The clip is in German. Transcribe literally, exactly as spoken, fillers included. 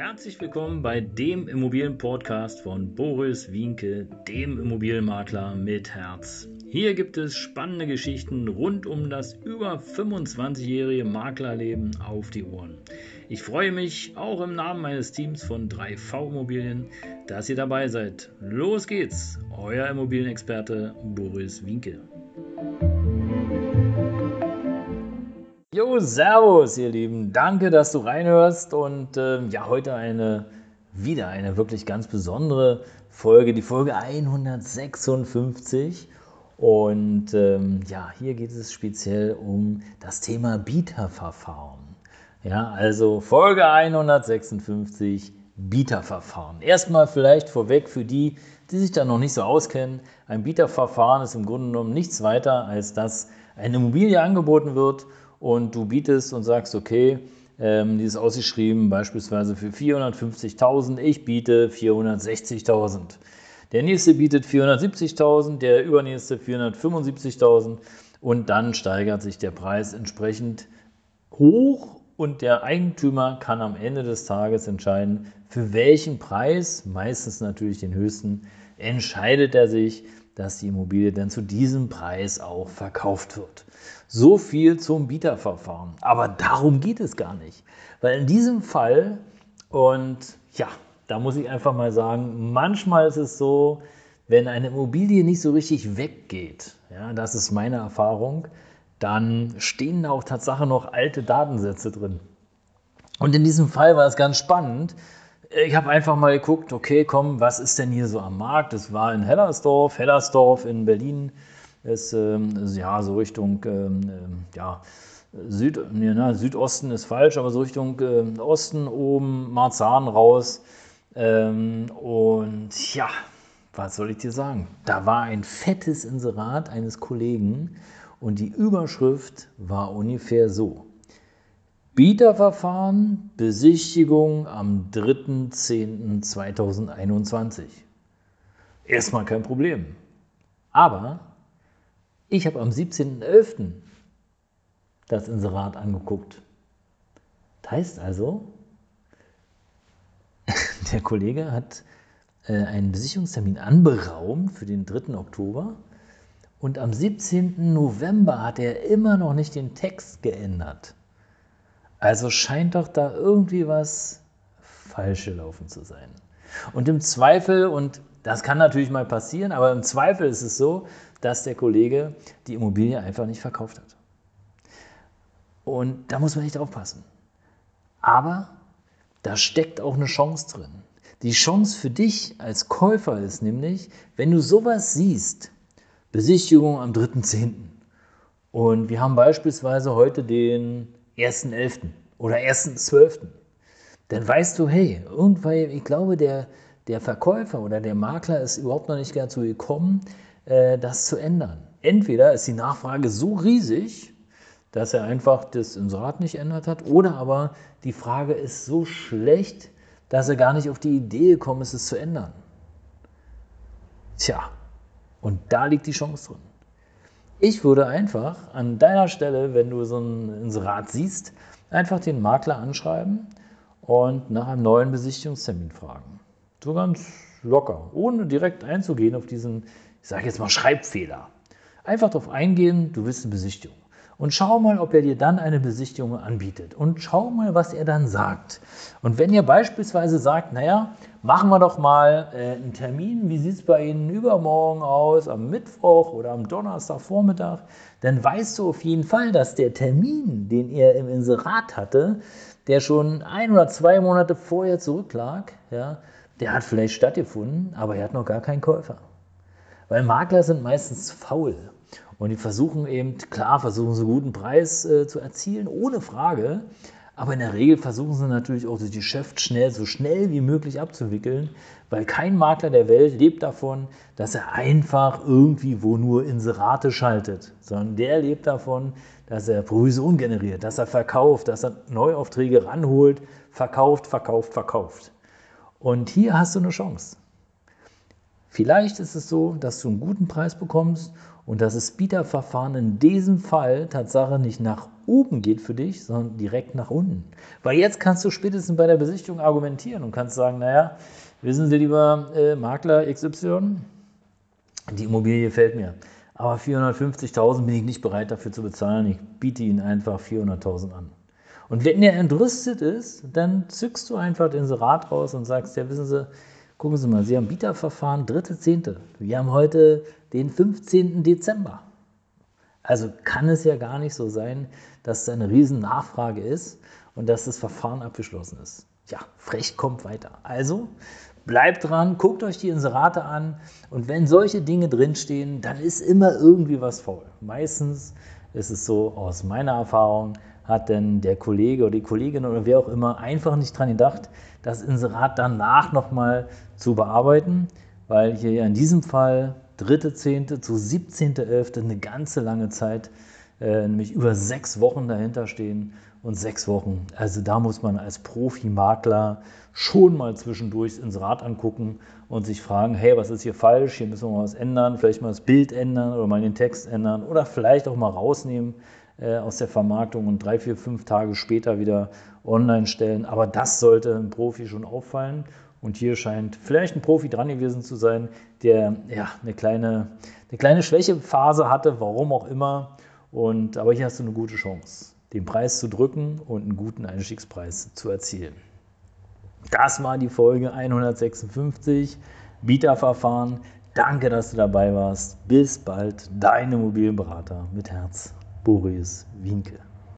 Herzlich willkommen bei dem Immobilienpodcast von Boris Wienke, dem Immobilienmakler mit Herz. Hier gibt es spannende Geschichten rund um das über fünfundzwanzigjährige Maklerleben auf die Ohren. Ich freue mich auch im Namen meines Teams von drei V Immobilien, dass ihr dabei seid. Los geht's, euer Immobilienexperte Boris Wienke. Jo, servus ihr Lieben, danke, dass du reinhörst und äh, ja, heute eine, wieder eine wirklich ganz besondere Folge, die Folge hundertsechsundfünfzig und ähm, ja, hier geht es speziell um das Thema Bieterverfahren. Ja, also Folge hundertsechsundfünfzig, Bieterverfahren. Erstmal vielleicht vorweg für die, die sich da noch nicht so auskennen, ein Bieterverfahren ist im Grunde genommen nichts weiter, als dass eine Immobilie angeboten wird und du bietest und sagst, okay, ähm, die ist ausgeschrieben beispielsweise für vierhundertfünfzigtausend, ich biete vierhundertsechzigtausend. Der nächste bietet vierhundertsiebzigtausend, der übernächste vierhundertfünfundsiebzigtausend und dann steigert sich der Preis entsprechend hoch und der Eigentümer kann am Ende des Tages entscheiden, für welchen Preis, meistens natürlich den höchsten, entscheidet er sich, dass die Immobilie dann zu diesem Preis auch verkauft wird. So viel zum Bieterverfahren. Aber darum geht es gar nicht. Weil in diesem Fall, und ja, da muss ich einfach mal sagen, manchmal ist es so, wenn eine Immobilie nicht so richtig weggeht, ja, das ist meine Erfahrung, dann stehen da auch tatsächlich noch alte Datensätze drin. Und in diesem Fall war es ganz spannend. Ich habe einfach mal geguckt, okay, komm, was ist denn hier so am Markt? Das war in Hellersdorf, Hellersdorf in Berlin. Ist, ähm, ist ja so Richtung ähm, ja, Süd, nee, na, Südosten ist falsch, aber so Richtung äh, Osten, oben, Marzahn raus. Ähm, und ja, was soll ich dir sagen? Da war ein fettes Inserat eines Kollegen und die Überschrift war ungefähr so: Bieterverfahren, Besichtigung am dritter zehnter zweitausendeinundzwanzig. Erstmal kein Problem. Aber ich habe am siebzehnten elften das Inserat angeguckt. Das heißt also, der Kollege hat äh, einen Besichtigungstermin anberaumt für den dritten Oktober und am siebzehnten November hat er immer noch nicht den Text geändert. Also scheint doch da irgendwie was falsch gelaufen zu sein. Und im Zweifel, und das kann natürlich mal passieren, aber im Zweifel ist es so, dass der Kollege die Immobilie einfach nicht verkauft hat. Und da muss man echt aufpassen. Aber da steckt auch eine Chance drin. Die Chance für dich als Käufer ist nämlich, wenn du sowas siehst, Besichtigung am dritter zehnter und wir haben beispielsweise heute den ersten elften oder ersten zwölften dann weißt du, hey, irgendwann, ich glaube, der, der Verkäufer oder der Makler ist überhaupt noch nicht dazu gekommen, äh, das zu ändern. Entweder ist die Nachfrage so riesig, dass er einfach das Inserat nicht ändert hat, oder aber die Frage ist so schlecht, dass er gar nicht auf die Idee gekommen ist, es zu ändern. Tja, und da liegt die Chance drin. Ich würde einfach an deiner Stelle, wenn du so ein Inserat siehst, einfach den Makler anschreiben und nach einem neuen Besichtigungstermin fragen. So ganz locker, ohne direkt einzugehen auf diesen, ich sage jetzt mal, Schreibfehler. Einfach darauf eingehen, du willst eine Besichtigung. Und schau mal, ob er dir dann eine Besichtigung anbietet. Und schau mal, was er dann sagt. Und wenn ihr beispielsweise sagt, naja, machen wir doch mal äh, einen Termin, wie sieht es bei Ihnen übermorgen aus, am Mittwoch oder am Donnerstagvormittag, dann weißt du auf jeden Fall, dass der Termin, den er im Inserat hatte, der schon ein oder zwei Monate vorher zurücklag, ja, der hat vielleicht stattgefunden, aber er hat noch gar keinen Käufer. Weil Makler sind meistens faul. Und die versuchen eben, klar, versuchen sie einen guten Preis äh, zu erzielen, ohne Frage. Aber in der Regel versuchen sie natürlich auch das Geschäft schnell, so schnell wie möglich abzuwickeln, weil kein Makler der Welt lebt davon, dass er einfach irgendwie wo nur Inserate schaltet, sondern der lebt davon, dass er Provision generiert, dass er verkauft, dass er Neuaufträge ranholt, verkauft, verkauft, verkauft. Und hier hast du eine Chance. Vielleicht ist es so, dass du einen guten Preis bekommst und dass das Bieterverfahren in diesem Fall Tatsache nicht nach oben geht für dich, sondern direkt nach unten. Weil jetzt kannst du spätestens bei der Besichtigung argumentieren und kannst sagen, naja, wissen Sie, lieber äh, Makler X Y, die Immobilie gefällt mir, aber vierhundertfünfzigtausend bin ich nicht bereit dafür zu bezahlen, ich biete Ihnen einfach vierhunderttausend an. Und wenn er entrüstet ist, dann zückst du einfach den Inserat raus und sagst, ja, wissen Sie, gucken Sie mal, Sie haben Bieterverfahren, dritter zehnter Wir haben heute den fünfzehnten Dezember. Also kann es ja gar nicht so sein, dass da eine riesen Nachfrage ist und dass das Verfahren abgeschlossen ist. Ja, frech kommt weiter. Also bleibt dran, guckt euch die Inserate an und wenn solche Dinge drinstehen, dann ist immer irgendwie was faul. Meistens ist es so, aus meiner Erfahrung, hat denn der Kollege oder die Kollegin oder wer auch immer einfach nicht dran gedacht, das Inserat danach nochmal zu bearbeiten, weil hier in diesem Fall dritter zehnter zu siebzehnter elfter eine ganze lange Zeit, äh, nämlich über sechs Wochen dahinter stehen und sechs Wochen. Also da muss man als Profi-Makler schon mal zwischendurch das Inserat angucken und sich fragen, hey, was ist hier falsch? Hier müssen wir mal was ändern, vielleicht mal das Bild ändern oder mal den Text ändern oder vielleicht auch mal rausnehmen äh, aus der Vermarktung und drei, vier, fünf Tage später wieder online stellen. Aber das sollte einem Profi schon auffallen. Und hier scheint vielleicht ein Profi dran gewesen zu sein, der ja, eine, kleine, eine kleine Schwächephase hatte, warum auch immer. Und, aber hier hast du eine gute Chance, den Preis zu drücken und einen guten Einstiegspreis zu erzielen. Das war die Folge hundertsechsundfünfzig, Bieterverfahren. Danke, dass du dabei warst. Bis bald, dein Immobilienberater mit Herz, Boris Wienke.